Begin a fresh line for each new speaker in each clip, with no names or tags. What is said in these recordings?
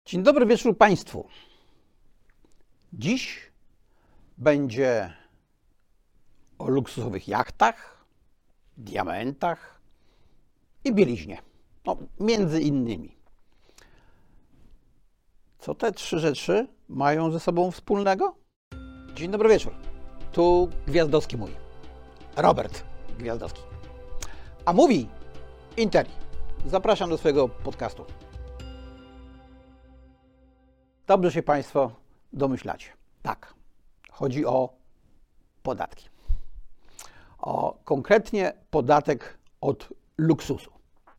Dzień dobry wieczór Państwu. Dziś będzie o luksusowych jachtach, diamentach i bieliźnie. No, między innymi. Co te trzy rzeczy mają ze sobą wspólnego? Dzień dobry wieczór. Tu Gwiazdowski mówi. Robert Gwiazdowski. A mówi Interi. Zapraszam do swojego podcastu. Dobrze się Państwo domyślacie. Tak, chodzi o podatki. Konkretnie podatek od luksusu.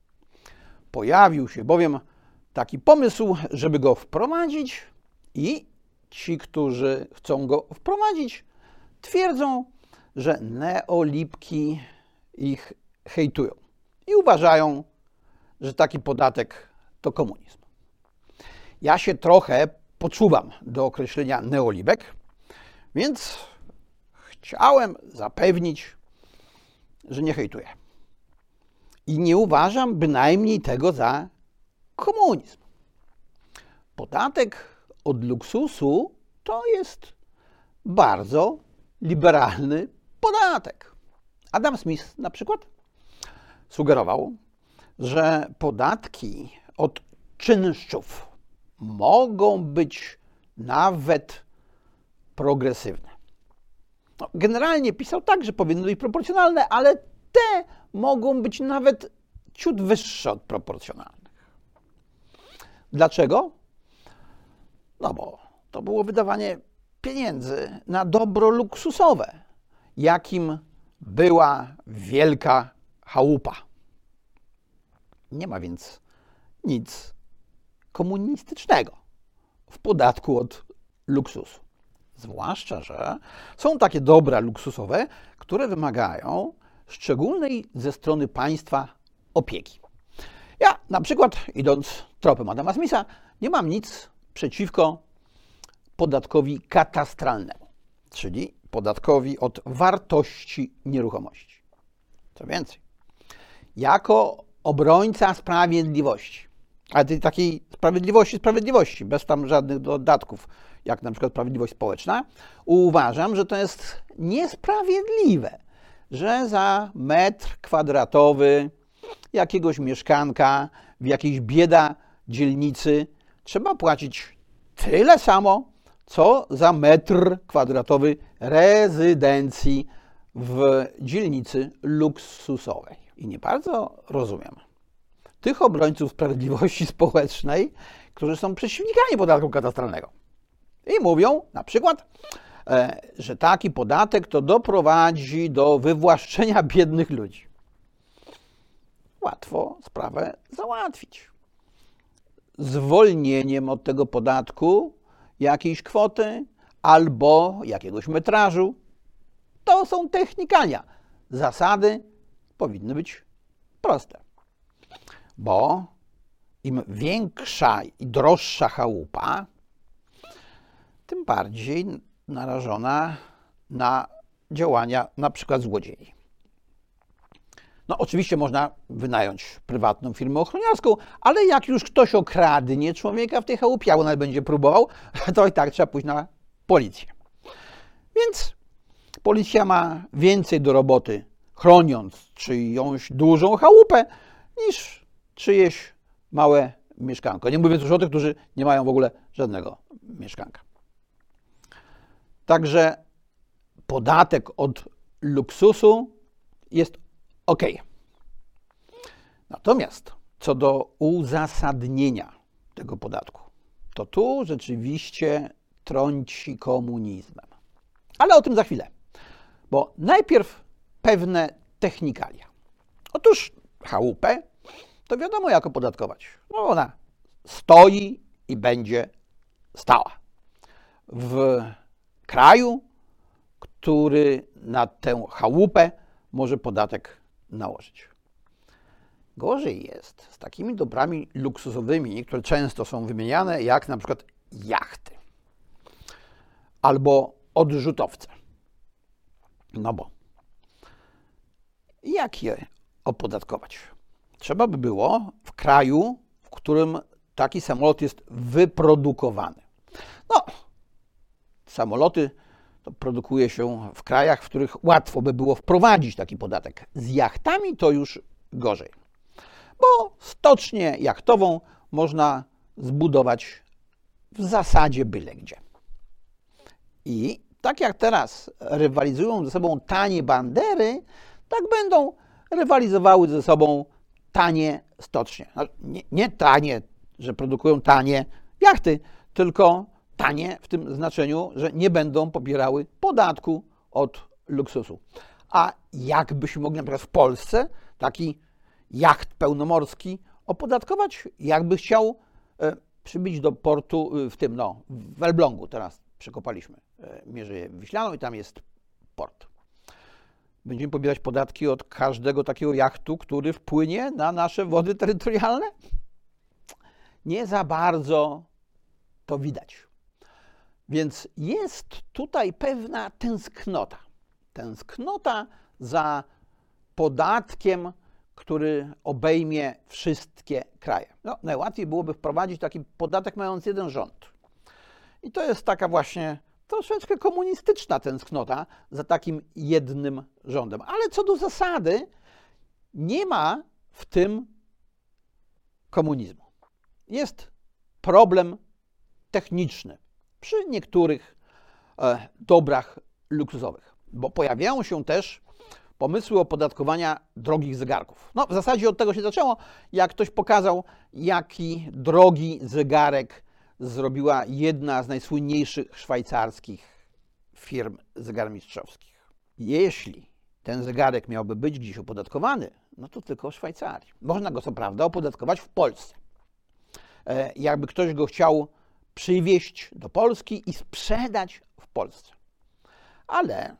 Pojawił się bowiem taki pomysł, żeby go wprowadzić i ci, którzy chcą go wprowadzić, twierdzą, że neolibki ich hejtują i uważają, że taki podatek to komunizm. Ja się trochę poczuwam do określenia neolibek, więc chciałem zapewnić, że nie hejtuję. I nie uważam bynajmniej tego za komunizm. Podatek od luksusu to jest bardzo liberalny podatek. Adam Smith na przykład sugerował, że podatki od czynszów mogą być nawet progresywne. No, generalnie pisał tak, że powinny być proporcjonalne, ale te mogą być nawet ciut wyższe od proporcjonalnych. Dlaczego? No bo to było wydawanie pieniędzy na dobro luksusowe, jakim była wielka chałupa. Nie ma więc nic komunistycznego w podatku od luksusu. Zwłaszcza, że są takie dobra luksusowe, które wymagają szczególnej ze strony państwa opieki. Ja na przykład, idąc tropem Adama Smitha, nie mam nic przeciwko podatkowi katastralnemu, czyli podatkowi od wartości nieruchomości. Co więcej, jako obrońca sprawiedliwości, ale tej takiej sprawiedliwości, bez tam żadnych dodatków, jak na przykład sprawiedliwość społeczna, uważam, że to jest niesprawiedliwe, że za metr kwadratowy jakiegoś mieszkanka w jakiejś bieda dzielnicy trzeba płacić tyle samo, co za metr kwadratowy rezydencji w dzielnicy luksusowej. I nie bardzo rozumiem tych obrońców sprawiedliwości społecznej, którzy są przeciwnikami podatku katastralnego. I mówią na przykład, że taki podatek to doprowadzi do wywłaszczenia biednych ludzi. Łatwo sprawę załatwić. Zwolnieniem od tego podatku jakiejś kwoty albo jakiegoś metrażu. To są technikalia. Zasady powinny być proste. Bo im większa i droższa chałupa, tym bardziej narażona na działania na przykład złodziei. No oczywiście można wynająć prywatną firmę ochroniarską, ale jak już ktoś okradnie człowieka w tej chałupie, a on nawet będzie próbował, to i tak trzeba pójść na policję. Więc policja ma więcej do roboty, chroniąc czyjąś dużą chałupę, niż czyjeś małe mieszkanko. Nie mówiąc już o tych, którzy nie mają w ogóle żadnego mieszkanka. Także podatek od luksusu jest ok. Natomiast co do uzasadnienia tego podatku, to tu rzeczywiście trąci komunizmem. Ale o tym za chwilę, bo najpierw pewne technikalia. Otóż chałupę to wiadomo jak opodatkować. No ona stoi i będzie stała. W kraju, który na tę chałupę może podatek nałożyć. Gorzej jest z takimi dobrami luksusowymi, które często są wymieniane, jak na przykład jachty albo odrzutowce. No bo jak je opodatkować? Trzeba by było w kraju, w którym taki samolot jest wyprodukowany. No, samoloty to produkuje się w krajach, w których łatwo by było wprowadzić taki podatek. Z jachtami to już gorzej, bo stocznię jachtową można zbudować w zasadzie byle gdzie. I tak jak teraz rywalizują ze sobą tanie bandery, tak będą rywalizowały ze sobą tanie stocznie. Nie tanie, że produkują tanie jachty, tylko tanie w tym znaczeniu, że nie będą pobierały podatku od luksusu. A jak byśmy mogli na przykład w Polsce taki jacht pełnomorski opodatkować? Jakby chciał przybić do portu w Elblągu, teraz przekopaliśmy Mierzeję Wiślaną i tam jest port. Będziemy pobierać podatki od każdego takiego jachtu, który wpłynie na nasze wody terytorialne? Nie za bardzo to widać. Więc jest tutaj pewna tęsknota. Tęsknota za podatkiem, który obejmie wszystkie kraje. No, najłatwiej byłoby wprowadzić taki podatek mający jeden rząd. I to jest taka właśnie troszeczkę komunistyczna tęsknota za takim jednym rządem. Ale co do zasady, nie ma w tym komunizmu. Jest problem techniczny przy niektórych dobrach luksusowych, bo pojawiają się też pomysły opodatkowania drogich zegarków. No, w zasadzie od tego się zaczęło, jak ktoś pokazał, jaki drogi zegarek zrobiła jedna z najsłynniejszych szwajcarskich firm zegarmistrzowskich. Jeśli ten zegarek miałby być gdzieś opodatkowany, no to tylko w Szwajcarii. Można go co prawda opodatkować w Polsce. Jakby ktoś go chciał przywieźć do Polski i sprzedać w Polsce. Ale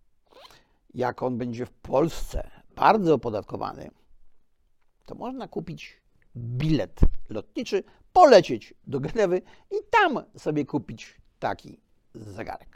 jak on będzie w Polsce bardzo opodatkowany, to można kupić bilet lotniczy, polecieć do Genewy i tam sobie kupić taki zegarek.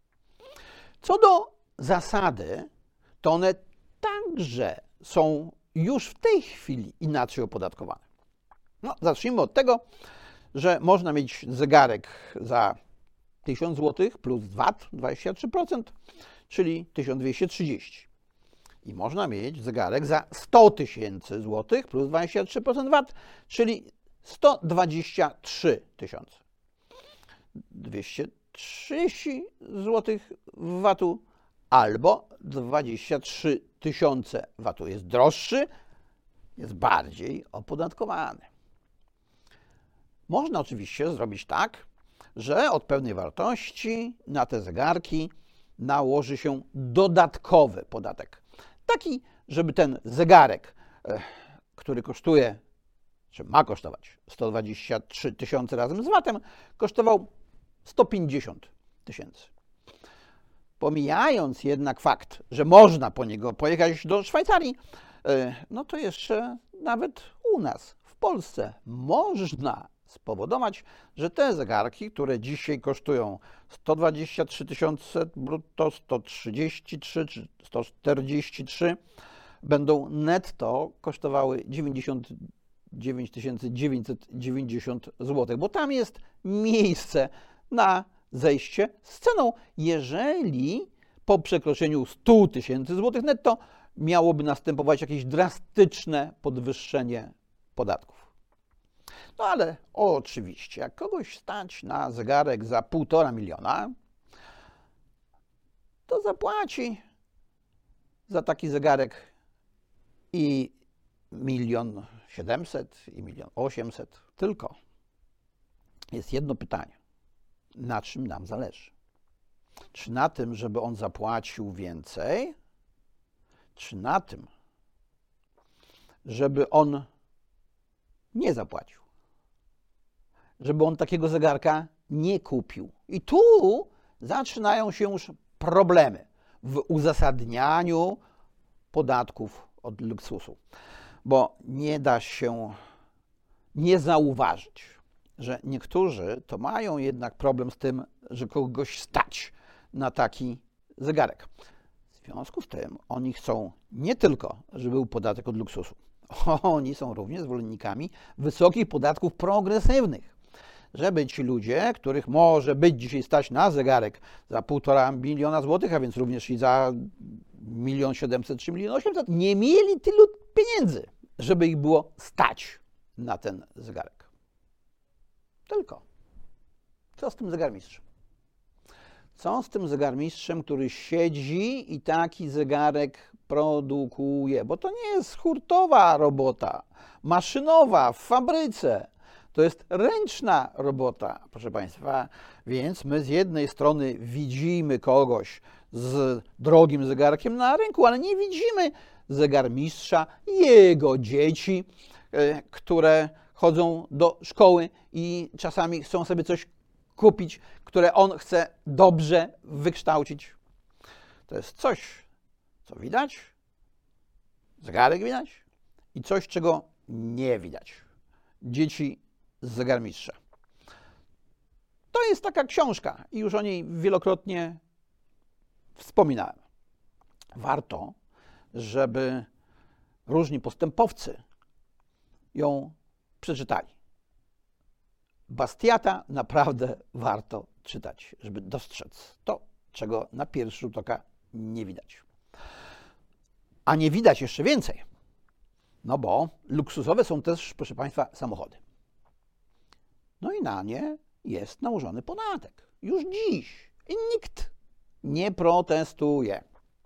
Co do zasady, to one także są już w tej chwili inaczej opodatkowane. No, zacznijmy od tego, że można mieć zegarek za 1000 zł plus VAT 23%, czyli 1230. I można mieć zegarek za 100 000 zł plus 23% VAT, czyli 123 000. 230 zł VAT-u albo 23 000 VAT-u. Jest droższy, jest bardziej opodatkowany. Można oczywiście zrobić tak, że od pewnej wartości na te zegarki nałoży się dodatkowy podatek. Taki, żeby ten zegarek, który kosztuje, czy ma kosztować 123 000 razem z VAT-em, kosztował 150 000. Pomijając jednak fakt, że można po niego pojechać do Szwajcarii, no to jeszcze nawet u nas, w Polsce, można spowodować, że te zegarki, które dzisiaj kosztują 123 000 brutto, 133 czy 143, będą netto kosztowały 99 990 zł, bo tam jest miejsce na zejście z ceną, jeżeli po przekroczeniu 100 000 zł netto miałoby następować jakieś drastyczne podwyższenie podatków. No ale oczywiście, jak kogoś stać na zegarek za 1,5 miliona, to zapłaci za taki zegarek i 1 700 000 i 1 800 000. Tylko jest jedno pytanie. Na czym nam zależy? Czy na tym, żeby on zapłacił więcej, czy na tym, żeby on nie zapłacił? Żeby on takiego zegarka nie kupił. I tu zaczynają się już problemy w uzasadnianiu podatków od luksusu, bo nie da się nie zauważyć, że niektórzy to mają jednak problem z tym, że kogoś stać na taki zegarek. W związku z tym oni chcą nie tylko, żeby był podatek od luksusu, Oni są również zwolennikami wysokich podatków progresywnych, żeby ci ludzie, których może być dzisiaj stać na zegarek za 1,5 miliona złotych, a więc również i za 1 700 000 3 800 000, nie mieli tylu pieniędzy, żeby ich było stać na ten zegarek. Tylko co z tym zegarmistrzem? Co z tym zegarmistrzem, który siedzi i taki zegarek produkuje? Bo to nie jest hurtowa robota, maszynowa, w fabryce. To jest ręczna robota, proszę Państwa. Więc my z jednej strony widzimy kogoś z drogim zegarkiem na rynku, ale nie widzimy zegarmistrza, jego dzieci, które chodzą do szkoły i czasami chcą sobie coś kupić, które on chce dobrze wykształcić. To jest coś, co widać, zegarek widać i coś, czego nie widać. Dzieci z zegarmistrza. To jest taka książka i już o niej wielokrotnie wspominałem. Warto, żeby różni postępowcy ją przeczytali. Bastiata naprawdę warto czytać, żeby dostrzec to, czego na pierwszy rzut oka nie widać. A nie widać jeszcze więcej, no bo luksusowe są też, proszę Państwa, samochody. No i na nie jest nałożony podatek. Już dziś. I nikt nie protestuje.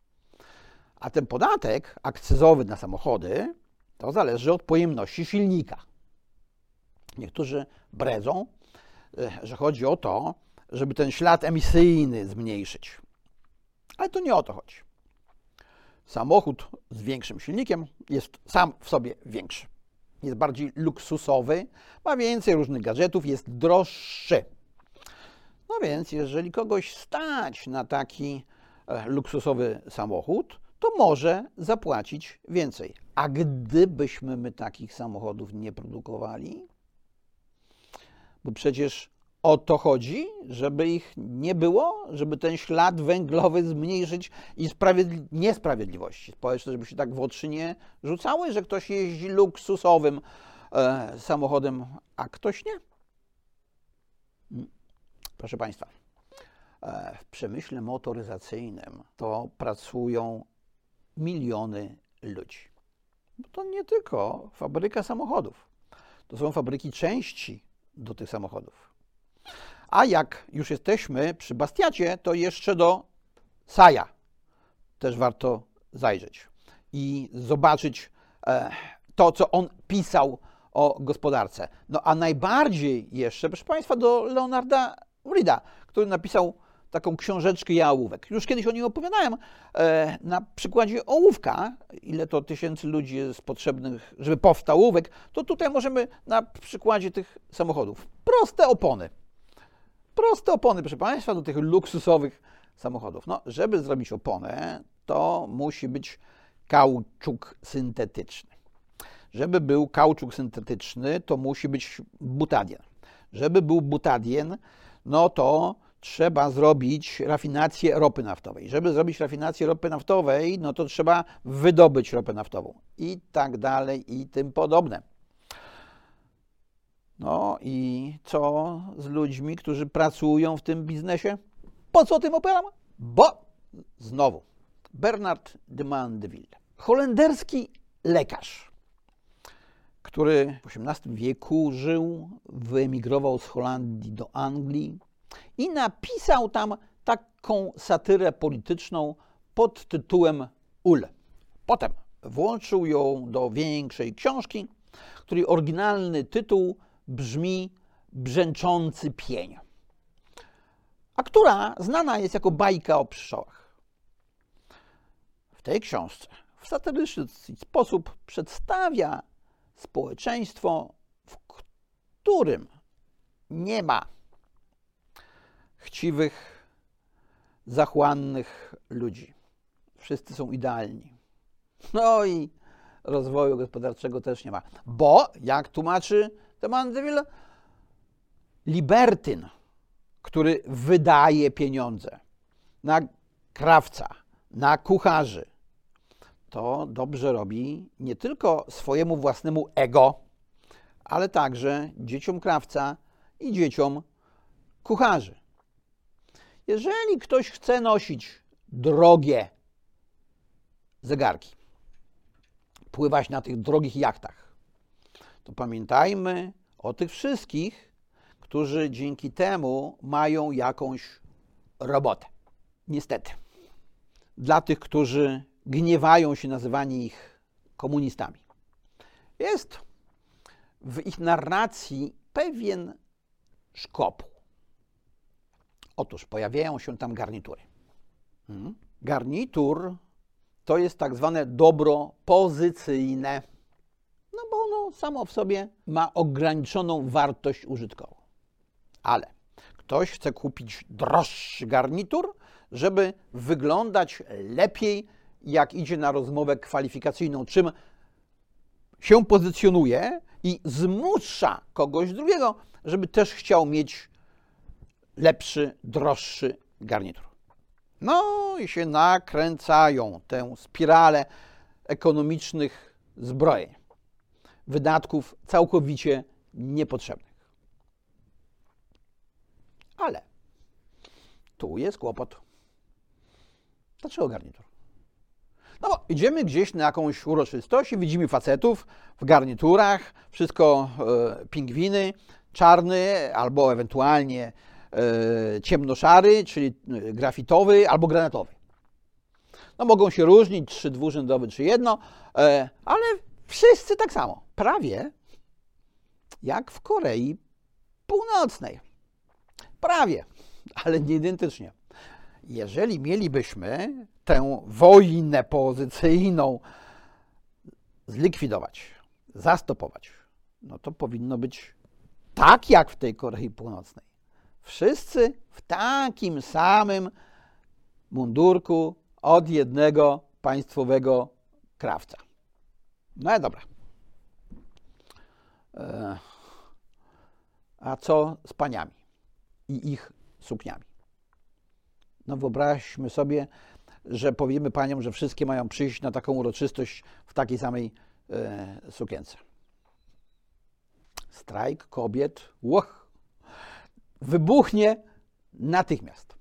A ten podatek akcyzowy na samochody to zależy od pojemności silnika. Niektórzy bredzą, że chodzi o to, żeby ten ślad emisyjny zmniejszyć. Ale to nie o to chodzi. Samochód z większym silnikiem jest sam w sobie większy. Jest bardziej luksusowy, ma więcej różnych gadżetów, jest droższy. No więc jeżeli kogoś stać na taki luksusowy samochód, to może zapłacić więcej. A gdybyśmy my takich samochodów nie produkowali, bo przecież o to chodzi, żeby ich nie było, żeby ten ślad węglowy zmniejszyć i niesprawiedliwości społeczne, żeby się tak w oczy nie rzucały, że ktoś jeździ luksusowym samochodem, a ktoś nie. Proszę Państwa, w przemyśle motoryzacyjnym to pracują miliony ludzi. Bo to nie tylko fabryka samochodów, to są fabryki części do tych samochodów. A jak już jesteśmy przy Bastiacie, to jeszcze do Saja też warto zajrzeć i zobaczyć to, co on pisał o gospodarce. No a najbardziej jeszcze, proszę Państwa, do Leonarda Wrida, który napisał taką książeczkę Jałówek. Już kiedyś o niej opowiadałem na przykładzie ołówka, ile to tysięcy ludzi jest potrzebnych, żeby powstał ołówek, to tutaj możemy na przykładzie tych samochodów. Proste opony, proszę Państwa, do tych luksusowych samochodów. No, żeby zrobić oponę, to musi być kauczuk syntetyczny. Żeby był kauczuk syntetyczny, to musi być butadien. Żeby był butadien, no to trzeba zrobić rafinację ropy naftowej. Żeby zrobić rafinację ropy naftowej, no to trzeba wydobyć ropę naftową i tak dalej i tym podobne. No i co z ludźmi, którzy pracują w tym biznesie? Po co o tym opowiadam? Bo znowu Bernard de Mandeville, holenderski lekarz, który w XVIII wieku żył, wyemigrował z Holandii do Anglii i napisał tam taką satyrę polityczną pod tytułem Ul. Potem włączył ją do większej książki, której oryginalny tytuł brzmi Brzęczący pień, a która znana jest jako bajka o pszczołach. W tej książce w satyryczny sposób przedstawia społeczeństwo, w którym nie ma chciwych, zachłannych ludzi. Wszyscy są idealni. No i rozwoju gospodarczego też nie ma. Bo, jak tłumaczy de Mandeville, libertyn, który wydaje pieniądze na krawca, na kucharzy, to dobrze robi nie tylko swojemu własnemu ego, ale także dzieciom krawca i dzieciom kucharzy. Jeżeli ktoś chce nosić drogie zegarki, pływać na tych drogich jachtach, to pamiętajmy o tych wszystkich, którzy dzięki temu mają jakąś robotę. Niestety. Dla tych, którzy gniewają się nazywani ich komunistami. Jest w ich narracji pewien szkopuł. Otóż pojawiają się tam garnitury. Garnitur to jest tak zwane dobro pozycyjne, no bo ono samo w sobie ma ograniczoną wartość użytkową. Ale ktoś chce kupić droższy garnitur, żeby wyglądać lepiej, jak idzie na rozmowę kwalifikacyjną, czym się pozycjonuje i zmusza kogoś drugiego, żeby też chciał mieć lepszy, droższy garnitur. No i się nakręcają tę spiralę ekonomicznych zbrojeń, wydatków całkowicie niepotrzebnych. Ale tu jest kłopot. Dlaczego garnitur? No bo idziemy gdzieś na jakąś uroczystość i widzimy facetów w garniturach, wszystko pingwiny, czarny albo ewentualnie ciemnoszary, czyli grafitowy albo granatowy. No mogą się różnić, czy dwurzędowy, czy jedno, ale wszyscy tak samo. Prawie jak w Korei Północnej. Prawie, ale nie identycznie. Jeżeli mielibyśmy tę wojnę pozycyjną zlikwidować, zastopować, no to powinno być tak jak w tej Korei Północnej. Wszyscy w takim samym mundurku od jednego państwowego krawca. No i dobra. A co z paniami i ich sukniami? No wyobraźmy sobie, że powiemy paniom, że wszystkie mają przyjść na taką uroczystość w takiej samej sukience. Strajk kobiet, wybuchnie natychmiast.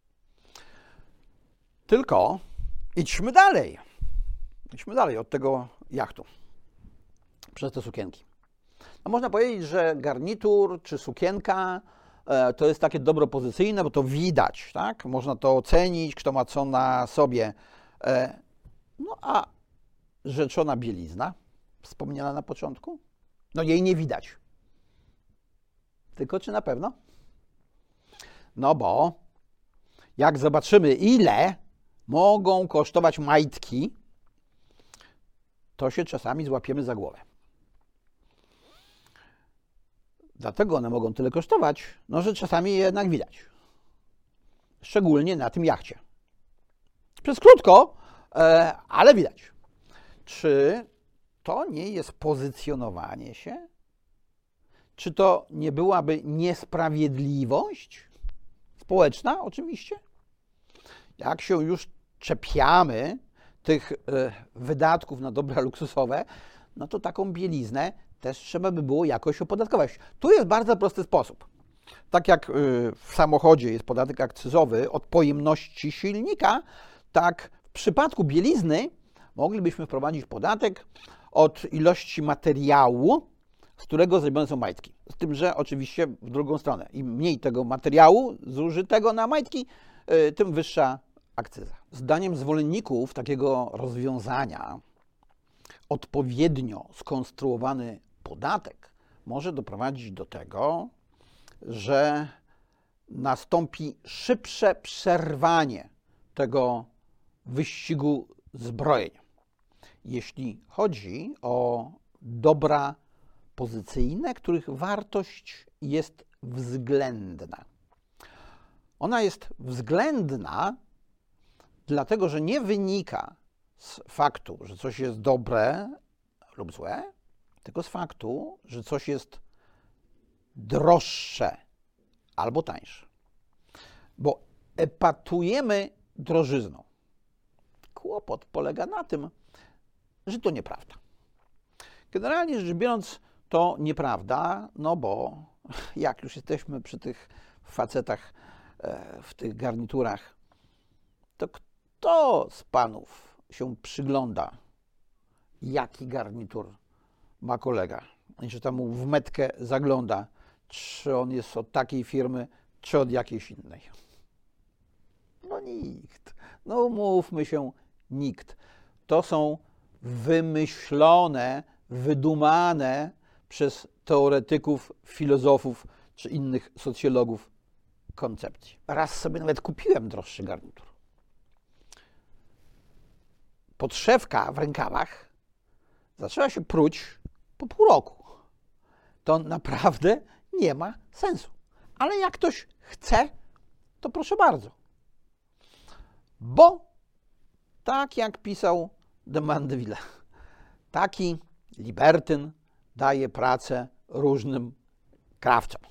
Tylko idźmy dalej. Idźmy dalej od tego jachtu. Przez te sukienki. No można powiedzieć, że garnitur czy sukienka to jest takie dobro pozycyjne, bo to widać, tak? Można to ocenić, kto ma co na sobie. No a rzeczona bielizna, wspomniana na początku, no jej nie widać. Tylko czy na pewno? No bo jak zobaczymy, ile mogą kosztować majtki, to się czasami złapiemy za głowę. Dlatego one mogą tyle kosztować, no że czasami je jednak widać. Szczególnie na tym jachcie. Przez krótko, ale widać. Czy to nie jest pozycjonowanie się? Czy to nie byłaby niesprawiedliwość społeczna oczywiście? Jak się już czepiamy tych wydatków na dobra luksusowe, no to taką bieliznę też trzeba by było jakoś opodatkować. Tu jest bardzo prosty sposób. Tak jak w samochodzie jest podatek akcyzowy od pojemności silnika, tak w przypadku bielizny moglibyśmy wprowadzić podatek od ilości materiału, z którego zrobione są majtki. Z tym, że oczywiście w drugą stronę. Im mniej tego materiału zużytego na majtki, tym wyższa akcyza. Zdaniem zwolenników takiego rozwiązania odpowiednio skonstruowany podatek może doprowadzić do tego, że nastąpi szybsze przerwanie tego wyścigu zbrojeń, jeśli chodzi o dobra pozycyjne, których wartość jest względna. Ona jest względna, dlatego że nie wynika z faktu, że coś jest dobre lub złe, tylko z faktu, że coś jest droższe albo tańsze. Bo epatujemy drożyzną. Kłopot polega na tym, że to nieprawda. Generalnie rzecz biorąc, to nieprawda, no bo jak już jesteśmy przy tych facetach w tych garniturach, to kto z panów się przygląda, jaki garnitur ma kolega? Czy tam mu w metkę zagląda, czy on jest od takiej firmy, czy od jakiejś innej? No nikt. No umówmy się, nikt. To są wymyślone, wydumane przez teoretyków, filozofów czy innych socjologów koncepcji. Raz sobie nawet kupiłem droższy garnitur. Podszewka w rękawach zaczęła się pruć po pół roku. To naprawdę nie ma sensu. Ale jak ktoś chce, to proszę bardzo. Bo tak jak pisał de Mandeville, taki libertyn daje pracę różnym krawcom.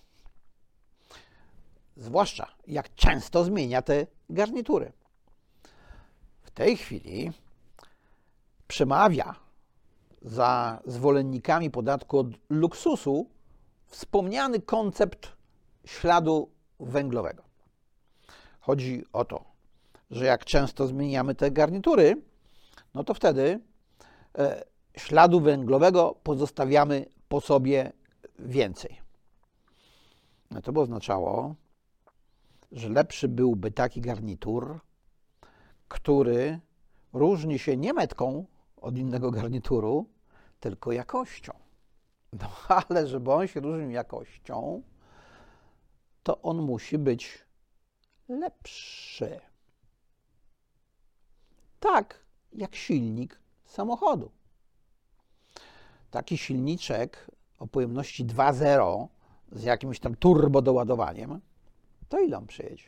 Zwłaszcza jak często zmienia te garnitury. W tej chwili przemawia za zwolennikami podatku od luksusu wspomniany koncept śladu węglowego. Chodzi o to, że jak często zmieniamy te garnitury, no to wtedy śladu węglowego pozostawiamy po sobie więcej. No to by oznaczało, że lepszy byłby taki garnitur, który różni się nie metką od innego garnituru, tylko jakością. No ale żeby on się różnił jakością, to on musi być lepszy. Tak jak silnik samochodu. Taki silniczek o pojemności 2.0 z jakimś tam turbo doładowaniem, to ile on przejedzie?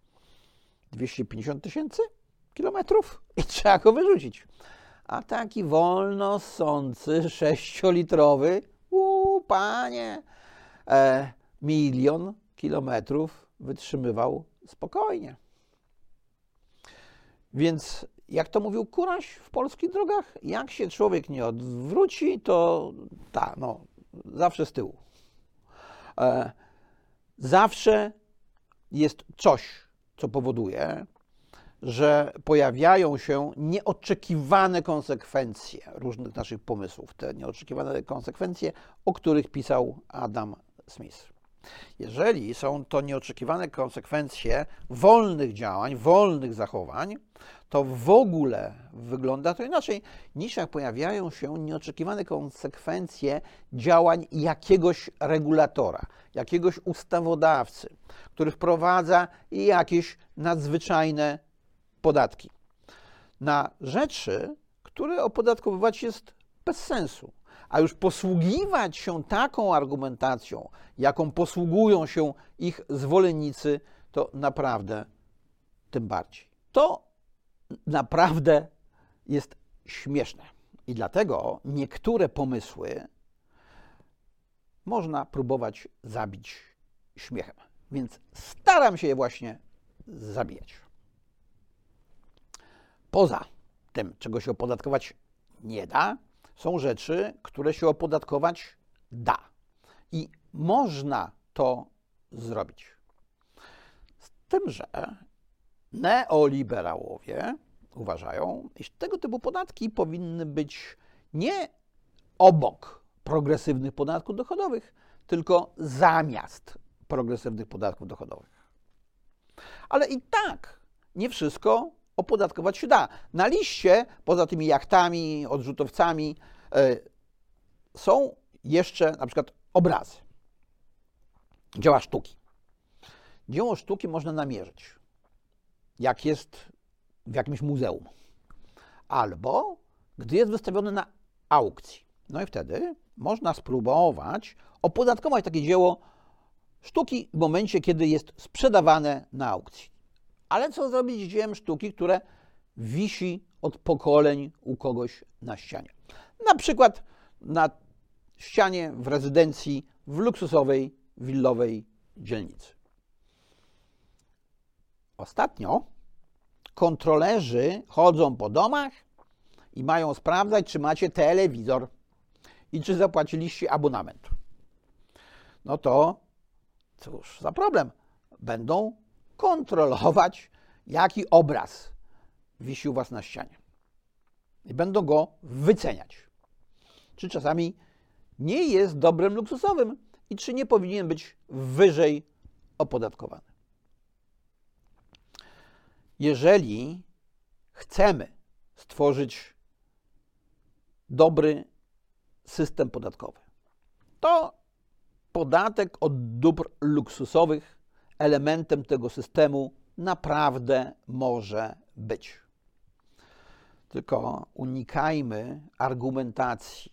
250 000 kilometrów i trzeba go wyrzucić. A taki wolno ssący 6-litrowy, panie, 1 000 000 kilometrów wytrzymywał spokojnie. Więc jak to mówił Kuraś w polskich drogach, jak się człowiek nie odwróci, to zawsze z tyłu. Zawsze jest coś, co powoduje, że pojawiają się nieoczekiwane konsekwencje różnych naszych pomysłów. Te nieoczekiwane konsekwencje, o których pisał Adam Smith. Jeżeli są to nieoczekiwane konsekwencje wolnych działań, wolnych zachowań, to w ogóle wygląda to inaczej, niż jak pojawiają się nieoczekiwane konsekwencje działań jakiegoś regulatora, jakiegoś ustawodawcy, który wprowadza jakieś nadzwyczajne podatki na rzeczy, które opodatkowywać jest bez sensu. A już posługiwać się taką argumentacją, jaką posługują się ich zwolennicy, to naprawdę tym bardziej. To naprawdę jest śmieszne. I dlatego niektóre pomysły można próbować zabić śmiechem. Więc staram się je właśnie zabijać. Poza tym, czego się opodatkować nie da, są rzeczy, które się opodatkować da. I można to zrobić. Z tym, że neoliberałowie uważają, iż tego typu podatki powinny być nie obok progresywnych podatków dochodowych, tylko zamiast progresywnych podatków dochodowych. Ale i tak nie wszystko opodatkować się da. Na liście, poza tymi jachtami, odrzutowcami, są jeszcze na przykład obrazy. Dzieła sztuki. Dzieło sztuki można namierzyć, jak jest w jakimś muzeum. Albo gdy jest wystawione na aukcji. No i wtedy można spróbować opodatkować takie dzieło sztuki w momencie, kiedy jest sprzedawane na aukcji. Ale co zrobić z dziełem sztuki, które wisi od pokoleń u kogoś na ścianie? Na przykład na ścianie w rezydencji w luksusowej, willowej dzielnicy. Ostatnio kontrolerzy chodzą po domach i mają sprawdzać, czy macie telewizor i czy zapłaciliście abonament. No to cóż za problem. Będą kontrolować, jaki obraz wisi u was na ścianie. I będą go wyceniać. Czy czasami nie jest dobrem luksusowym i czy nie powinien być wyżej opodatkowany. Jeżeli chcemy stworzyć dobry system podatkowy, to podatek od dóbr luksusowych elementem tego systemu naprawdę może być. Tylko unikajmy argumentacji,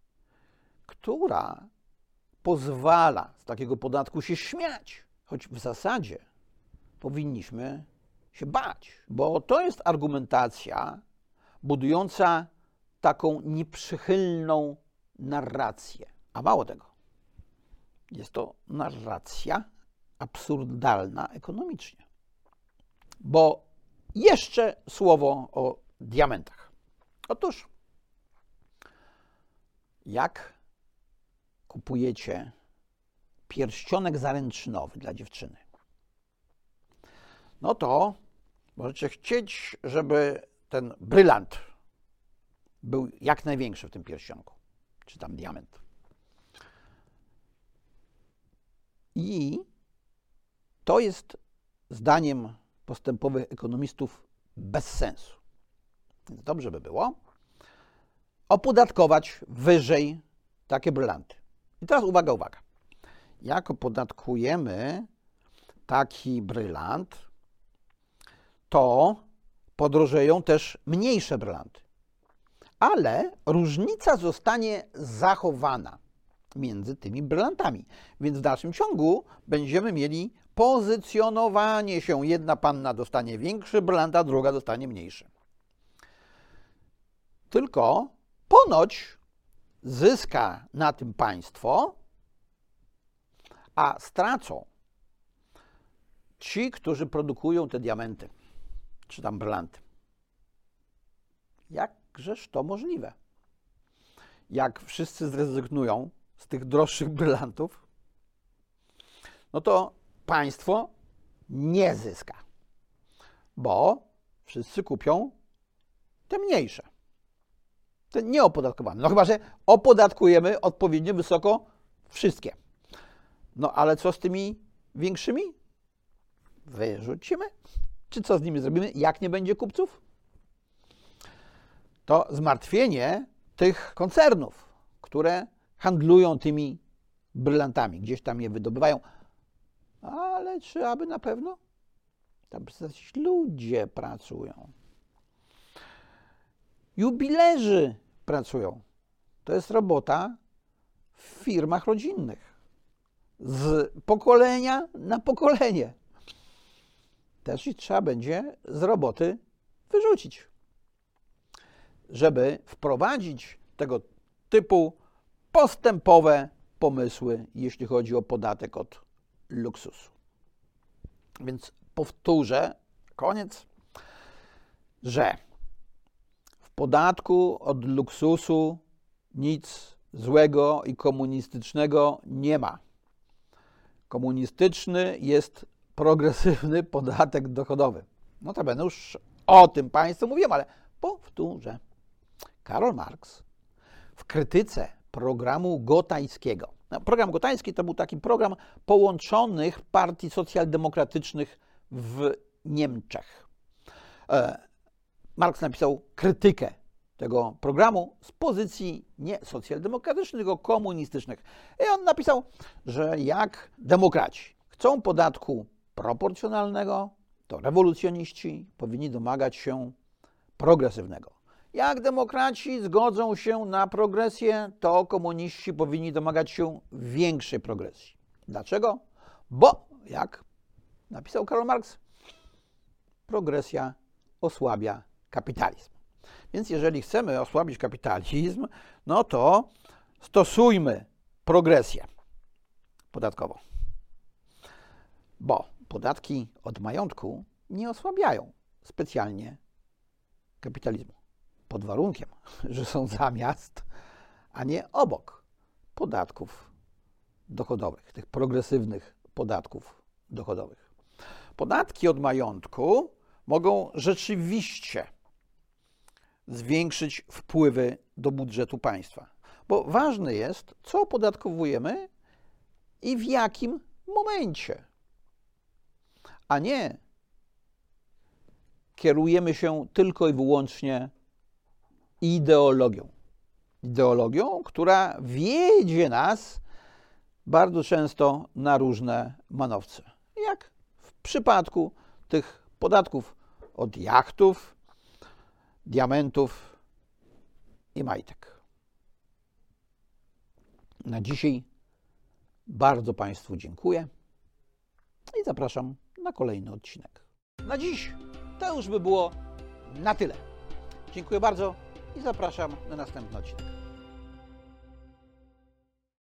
która pozwala z takiego podatku się śmiać, choć w zasadzie powinniśmy się bać, bo to jest argumentacja budująca taką nieprzychylną narrację. A mało tego, jest to narracja absurdalna ekonomicznie. Bo jeszcze słowo o diamentach. Otóż, jak kupujecie pierścionek zaręczynowy dla dziewczyny, no to możecie chcieć, żeby ten brylant był jak największy w tym pierścionku, czy tam diament. I to jest, zdaniem postępowych ekonomistów, bez sensu. Więc dobrze by było opodatkować wyżej takie brylanty. I teraz uwaga, uwaga. Jak opodatkujemy taki brylant, to podrożeją też mniejsze brylanty. Ale różnica zostanie zachowana między tymi brylantami. Więc w dalszym ciągu będziemy mieli pozycjonowanie się. Jedna panna dostanie większy brylant, a druga dostanie mniejszy. Tylko ponoć zyska na tym państwo, a stracą ci, którzy produkują te diamenty, czy tam brylanty. Jakżeż to możliwe? Jak wszyscy zrezygnują z tych droższych brylantów, no to państwo nie zyska, bo wszyscy kupią te mniejsze, te nieopodatkowane. No chyba że opodatkujemy odpowiednio wysoko wszystkie. No ale co z tymi większymi? Wyrzucimy? Czy co z nimi zrobimy, jak nie będzie kupców? To zmartwienie tych koncernów, które handlują tymi brylantami, gdzieś tam je wydobywają. Ale czy aby na pewno? Tam przecież ludzie pracują. Jubilerzy pracują. To jest robota w firmach rodzinnych. Z pokolenia na pokolenie. Też ich trzeba będzie z roboty wyrzucić, żeby wprowadzić tego typu postępowe pomysły, jeśli chodzi o podatek od luksusu. Więc powtórzę, koniec, że w podatku od luksusu nic złego i komunistycznego nie ma. Komunistyczny jest progresywny podatek dochodowy. Notabene już o tym Państwu mówiłem, ale powtórzę. Karol Marx w krytyce programu Gotańskiego. Program Gotański to był taki program połączonych partii socjaldemokratycznych w Niemczech. Marx napisał krytykę tego programu z pozycji nie socjaldemokratycznych, tylko komunistycznych. I on napisał, że jak demokraci chcą podatku proporcjonalnego, to rewolucjoniści powinni domagać się progresywnego. Jak demokraci zgodzą się na progresję, to komuniści powinni domagać się większej progresji. Dlaczego? Bo, jak napisał Karol Marx, progresja osłabia kapitalizm. Więc jeżeli chcemy osłabić kapitalizm, no to stosujmy progresję podatkową. Bo podatki od majątku nie osłabiają specjalnie kapitalizmu. pod warunkiem, że są zamiast, a nie obok podatków dochodowych, tych progresywnych podatków dochodowych. Podatki od majątku mogą rzeczywiście zwiększyć wpływy do budżetu państwa, bo ważne jest, co opodatkowujemy i w jakim momencie, a nie kierujemy się tylko i wyłącznie ideologią. Ideologią, która wiedzie nas bardzo często na różne manowce. Jak w przypadku tych podatków od jachtów, diamentów i majtek. Na dzisiaj bardzo Państwu dziękuję i zapraszam na kolejny odcinek. Na dziś to już by było na tyle. Dziękuję bardzo i zapraszam na następny odcinek.